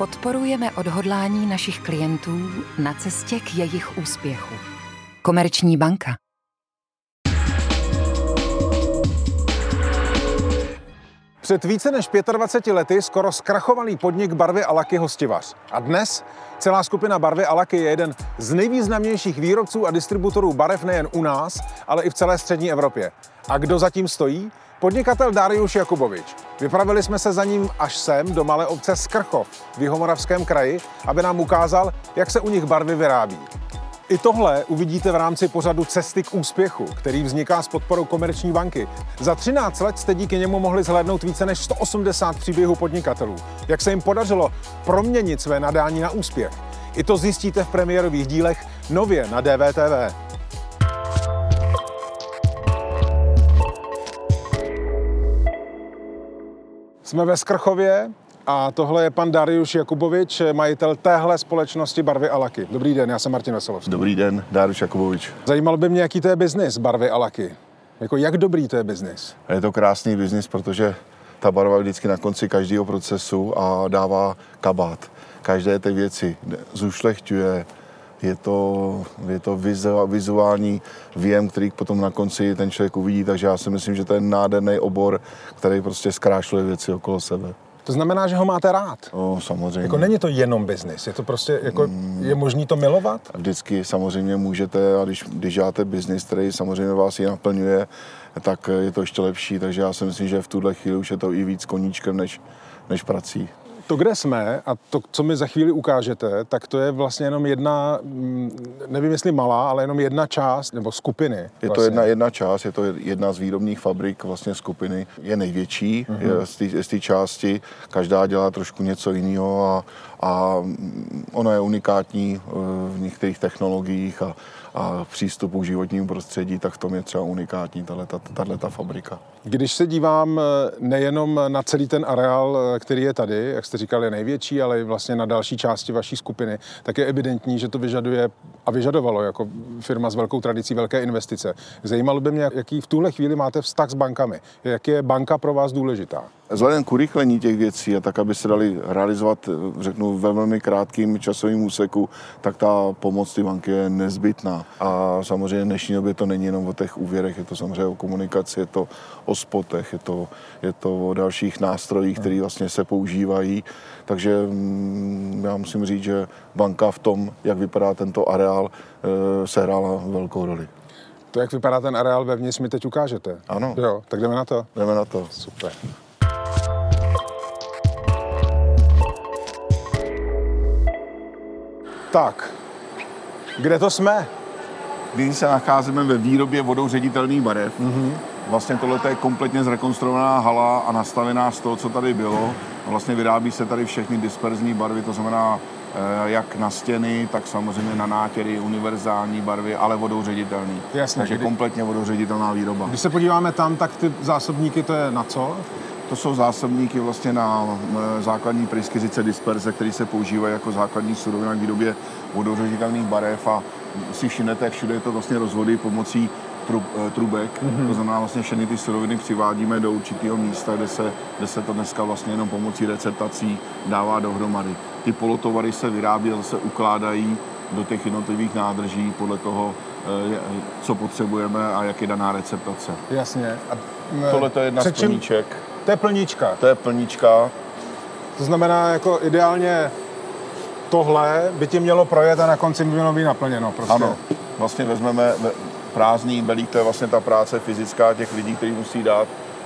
Podporujeme odhodlání našich klientů na cestě k jejich úspěchu. Komerční banka. Před více než 25 lety skoro zkrachovalý podnik Barvy a Laky Hostivař. A dnes celá skupina Barvy a Laky je jeden z nejvýznamnějších výrobců a distributorů barev nejen u nás, ale i v celé střední Evropě. A kdo zatím stojí? Podnikatel Dariuš Jakubovič. Vypravili jsme se za ním až sem do malé obce Skrchov v Jihomoravském kraji, aby nám ukázal, jak se u nich barvy vyrábí. I tohle uvidíte v rámci pořadu Cesty k úspěchu, který vzniká s podporou Komerční banky. Za 13 let jste díky němu mohli zhlédnout více než 180 příběhů podnikatelů. Jak se jim podařilo proměnit své nadání na úspěch. I to zjistíte v premiérových dílech nově na DVTV. Jsme ve Skrchově a tohle je pan Dariuš Jakubovič, majitel téhle společnosti Barvy a Laky. Dobrý den, já jsem Martin Veselovský. Dobrý den, Dariuš Jakubovič. Zajímalo by mě, jaký to je biznis Barvy a Laky. Jak dobrý to je biznis? Je to krásný biznis, protože ta barva je vždycky na konci každého procesu a dává kabát. Každé ty věci zušlechťuje, je to vizuální věm, který potom na konci ten člověk uvidí, takže já si myslím, že to je nádherný obor, který prostě zkrášluje věci okolo sebe. To znamená, že ho máte rád? No, samozřejmě. Není to jenom biznis, je to prostě, je možný to milovat? Vždycky samozřejmě můžete, a když děláte biznis, který samozřejmě vás i naplňuje, tak je to ještě lepší, takže já si myslím, že v tuhle chvíli už je to i víc koníčkem než prací. To, kde jsme a to, co mi za chvíli ukážete, tak to je vlastně jenom jedna, nevím jestli malá, ale jenom jedna část nebo skupiny. Je to jedna část, je to jedna z výrobních fabrik vlastně skupiny. Je největší z té části, každá dělá trošku něco jiného a ona je unikátní v některých technologiích a přístupu k životnímu prostředí, tak v tom je třeba unikátní tato fabrika. Když se dívám nejenom na celý ten areál, který je tady, jak jste říkal, je největší, ale i vlastně na další části vaší skupiny, tak je evidentní, že to vyžaduje a vyžadovalo jako firma s velkou tradicí velké investice. Zajímalo by mě, jaký v tuhle chvíli máte vztah s bankami. Jak je banka pro vás důležitá? Vzhledem k urychlení těch věcí a tak, aby se dali realizovat, řeknu, ve velmi krátkém časovém úseku, tak ta pomoc ty banky je nezbytná. A samozřejmě v dnešní době to není jenom o těch úvěrech, je to samozřejmě o komunikaci, je to o spotech, je to o dalších nástrojích, které vlastně se používají. Takže já musím říct, že banka v tom, jak vypadá tento areál, sehrála velkou roli. To, jak vypadá ten areál vevnitř, mi teď ukážete. Ano. Jo, tak jdeme na to. Jdeme na to. Super. Tak, kde to jsme? Když se nacházíme ve výrobě vodou ředitelných barev. Vlastně tohle je kompletně zrekonstruovaná hala a nastavená z toho, co tady bylo. Vlastně vyrábí se tady všechny disperzní barvy, to znamená jak na stěny, tak samozřejmě na nátěry, univerzální barvy, ale vodou ředitelný. Jasně. Takže kompletně vodou ředitelná výroba. Když se podíváme tam, tak ty zásobníky, to je na co? To jsou zásobníky vlastně na základní pryskyřice disperze, které se používají jako základní surovina k výrobě vodoředitelných barev a si všimnete, jak všude je to vlastně rozvody pomocí trubek. To znamená vlastně všechny ty suroviny přivádíme do určitého místa, kde se to dneska vlastně jenom pomocí receptací dává dohromady. Ty polotovary se vyrábí a zase ukládají do těch jednotlivých nádrží podle toho, co potřebujeme a jak je daná receptace. Jasně. Tohle to je jedna z plníček. To je plnička. To je plnička. To znamená, jako ideálně tohle by ti mělo projet a na konci by mělo být naplněno. Prostě. Ano. Vlastně vezmeme prázdný belík, to je vlastně ta práce fyzická těch lidí, kteří musí dát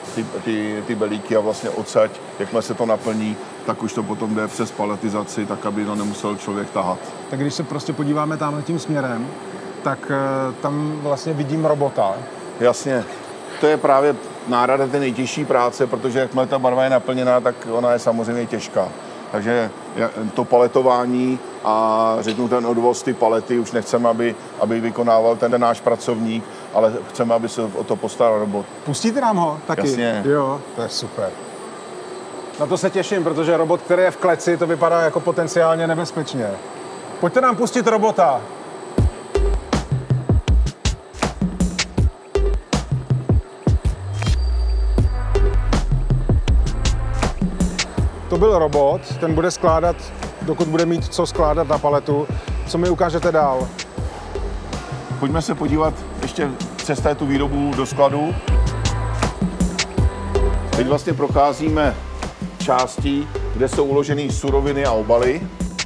ty belíky a vlastně odsaď, jakmile se to naplní, tak už to potom jde přes paletizaci, tak aby to nemusel člověk tahat. Tak když se prostě podíváme tamhle tím směrem, tak tam vlastně vidím robota. Jasně. To je právě náhrada té nejtěžší práce, protože jakmile ta barva je naplněná, tak ona je samozřejmě těžká. Takže to paletování a řeknu ten odvoz, ty palety, už nechceme, aby vykonával ten náš pracovník, ale chceme, aby se o to postaral robot. Pustíte nám ho taky? Jasně. Jo, to je super. Na to se těším, protože robot, který je v kleci, to vypadá jako potenciálně nebezpečně. Pojďte nám pustit robota. To byl robot, ten bude skládat dokud bude mít co skládat na paletu. Co mi ukážete dál? Pojďme se podívat ještě přes tu výrobu do skladu. Teď vlastně procházíme části, kde jsou uloženy suroviny a obaly.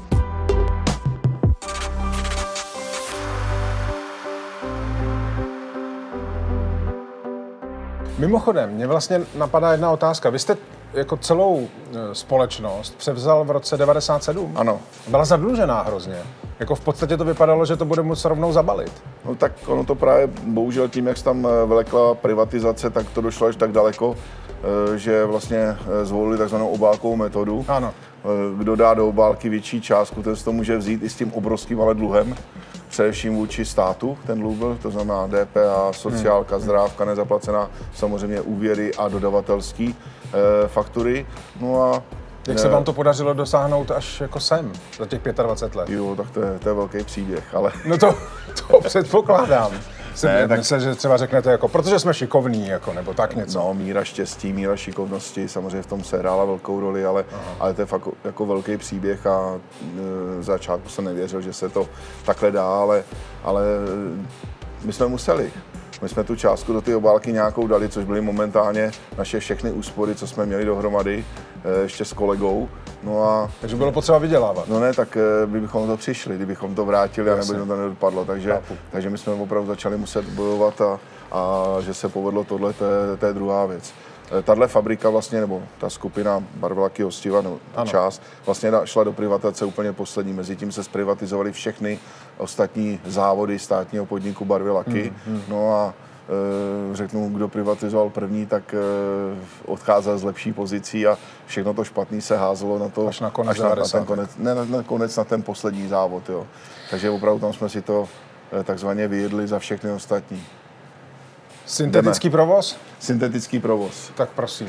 Mimochodem, mě vlastně napadá jedna otázka. Vy jste jako celou společnost převzal v roce 97. Ano. Byla zadlužená hrozně. Jako v podstatě to vypadalo, že to bude muset rovnou zabalit. No tak ono to právě bohužel tím, jak se tam vlekla privatizace, tak to došlo až tak daleko, že vlastně zvolili takzvanou obálkovou metodu. Ano. Kdo dá do obálky větší částku, ten si to může vzít i s tím obrovským ale dluhem. Především vůči státu ten dluh byl, to znamená DPH, sociálka, zdrávka nezaplacená, samozřejmě úvěry a dodavatelský faktury. No a jak se vám to podařilo dosáhnout až jako sem, za těch 25 let? Jo, tak to je velký příběh, ale... No to předpokládám. Myslím, že třeba řeknete, jako, protože jsme šikovní, jako, nebo tak něco. No, míra štěstí, míra šikovnosti, samozřejmě v tom se hrála velkou roli, ale to je fakt jako velký příběh a v začátku jsem nevěřil, že se to takhle dá, ale my jsme museli. My jsme tu částku do té obálky nějakou dali, což byly momentálně naše všechny úspory, co jsme měli dohromady, ještě s kolegou. No a, takže bylo potřeba vydělávat. No ne, tak bychom to přišli, kdybychom to vrátili a nebo to nedopadlo. Takže my jsme opravdu začali muset bojovat a že se povedlo tohle, to je druhá věc. Tahle fabrika vlastně, nebo ta skupina Barvy Laky Hostiva, no, část, vlastně šla do privatizace úplně poslední. Mezitím se zprivatizovaly všechny ostatní závody státního podniku Barvy Laky. No a řeknu, kdo privatizoval první, tak odcházel z lepší pozicí a všechno to špatný se házelo na to, až na konec, na ten poslední závod. Jo. Takže opravdu tam jsme si to takzvaně vyjedli za všechny ostatní. Syntetický provoz? Syntetický provoz. Tak prosím.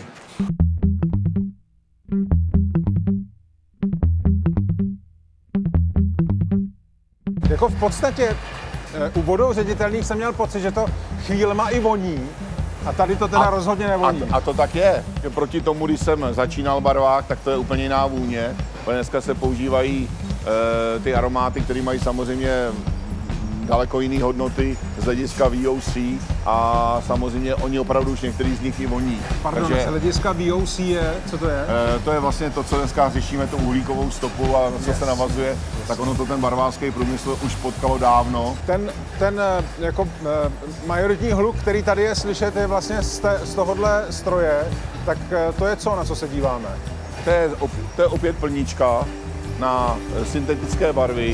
Jako v podstatě u vodou ředitelných jsem měl pocit, že to chvílema i voní. A tady to teda rozhodně nevoní. A to tak je. Že proti tomu, když jsem začínal barvák, tak to je úplně jiná vůně. Dneska se používají ty aromáty, které mají samozřejmě daleko jiné hodnoty z hlediska VOC a samozřejmě oni opravdu už některý z nich i voní. Pardon, takže z hlediska VOC je, co to je? To je vlastně to, co dneska řešíme, tu uhlíkovou stopu a co se navazuje, tak ono to ten barvářský průmysl už potkalo dávno. Ten jako majoritní hluk, který tady je slyšet, je vlastně z tohohle stroje, tak to je co, na co se díváme? To je opět plnička na syntetické barvy.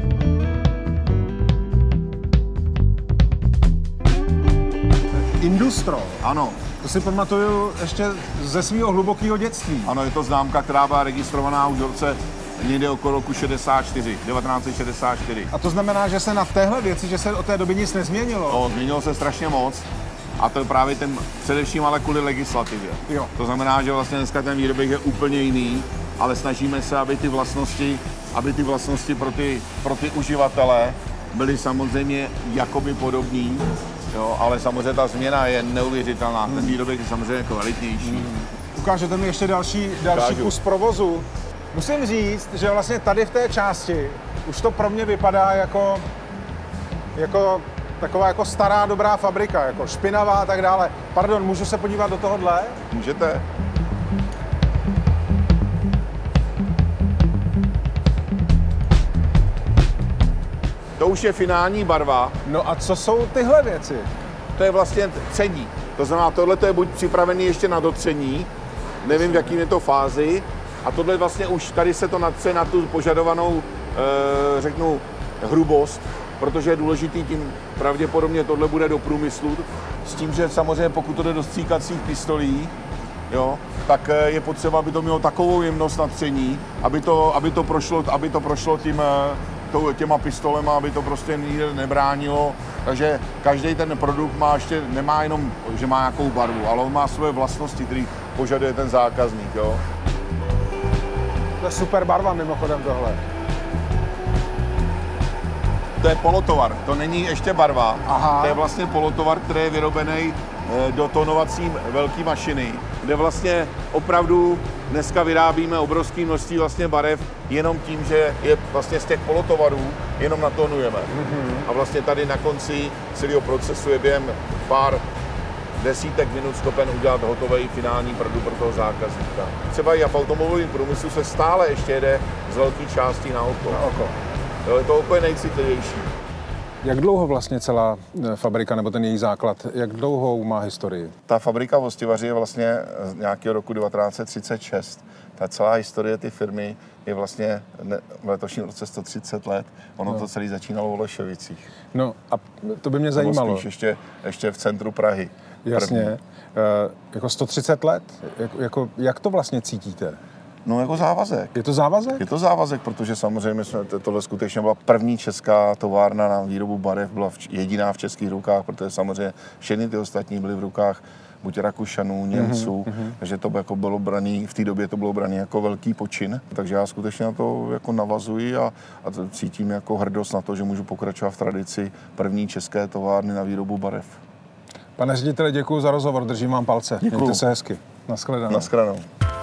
Industro. Ano. To si pamatuju ještě ze svého hlubokého dětství. Ano, je to známka, která byla registrovaná už v roce někde okolo roku 1964. A to znamená, že se na téhle věci, že se od té doby nic nezměnilo? No, změnilo se strašně moc. A to je právě především ale kvůli legislativě. Jo. To znamená, že vlastně dneska ten výrobek je úplně jiný, ale snažíme se, aby ty vlastnosti pro ty uživatele byly samozřejmě jakoby podobný. Jo, ale samozřejmě ta změna je neuvěřitelná. Ten výrobek je samozřejmě kvalitnější. Ukážete mi ještě další kus provozu. Musím říct, že vlastně tady v té části už to pro mě vypadá jako taková jako stará dobrá fabrika, jako špinavá a tak dále. Pardon, můžu se podívat do tohohle? Můžete. To už je finální barva. No a co jsou tyhle věci? To je vlastně tření. To znamená, tohle je buď připravený ještě na dotření, nevím, v jaký je to fázi, a tohle vlastně už tady se to natře na tu požadovanou, řeknu, hrubost, protože je důležitý tím, pravděpodobně tohle bude do průmyslu, s tím, že samozřejmě pokud to jde do stříkacích pistolí, jo, tak je potřeba, aby to mělo takovou jemnost natření, aby to prošlo těma pistolema, aby to prostě nikde nebránilo. Takže každý ten produkt nemá jenom, že má nějakou barvu, ale on má svoje vlastnosti, které požaduje ten zákazník. Jo. To je super barva mimochodem tohle. To je polotovar, to není ještě barva. Aha. To je vlastně polotovar, který je vyrobený do tonovací velké mašiny, kde vlastně opravdu dneska vyrábíme obrovské množství vlastně barev jenom tím, že je vlastně z těch polotovarů jenom natonujeme. A vlastně tady na konci celého procesu je během pár desítek minut schopen udělat hotový finální produkt pro toho zákazníka. Třeba i v automobilovém průmyslu se stále ještě jede z velké části na oko. To oko je nejcitlivější. Jak dlouho vlastně celá fabrika nebo ten její základ, jak dlouhou má historii? Ta fabrika v Hostivaři je vlastně z nějakého roku 1936. Ta celá historie ty firmy je vlastně v letošním roce 130 let. Ono to celé začínalo v Olešovicích. No a to by mě zajímalo. Spíš ještě v centru Prahy. Jasně. Jako 130 let? Jak to vlastně cítíte? No jako závazek. Je to závazek? Je to závazek, protože samozřejmě tohle skutečně byla první česká továrna na výrobu barev, byla jediná v českých rukách, protože samozřejmě všechny ty ostatní byly v rukách buď Rakušanů, Němců, takže to jako bylo braný, v té době to bylo braný jako velký počin, takže já skutečně na to jako navazuji a cítím jako hrdost na to, že můžu pokračovat v tradici první české továrny na výrobu barev. Pane řediteli, děkuji za rozhovor, držím vám palce. Děkuju. Mějte se hezky. Naschledanou. Naschledanou.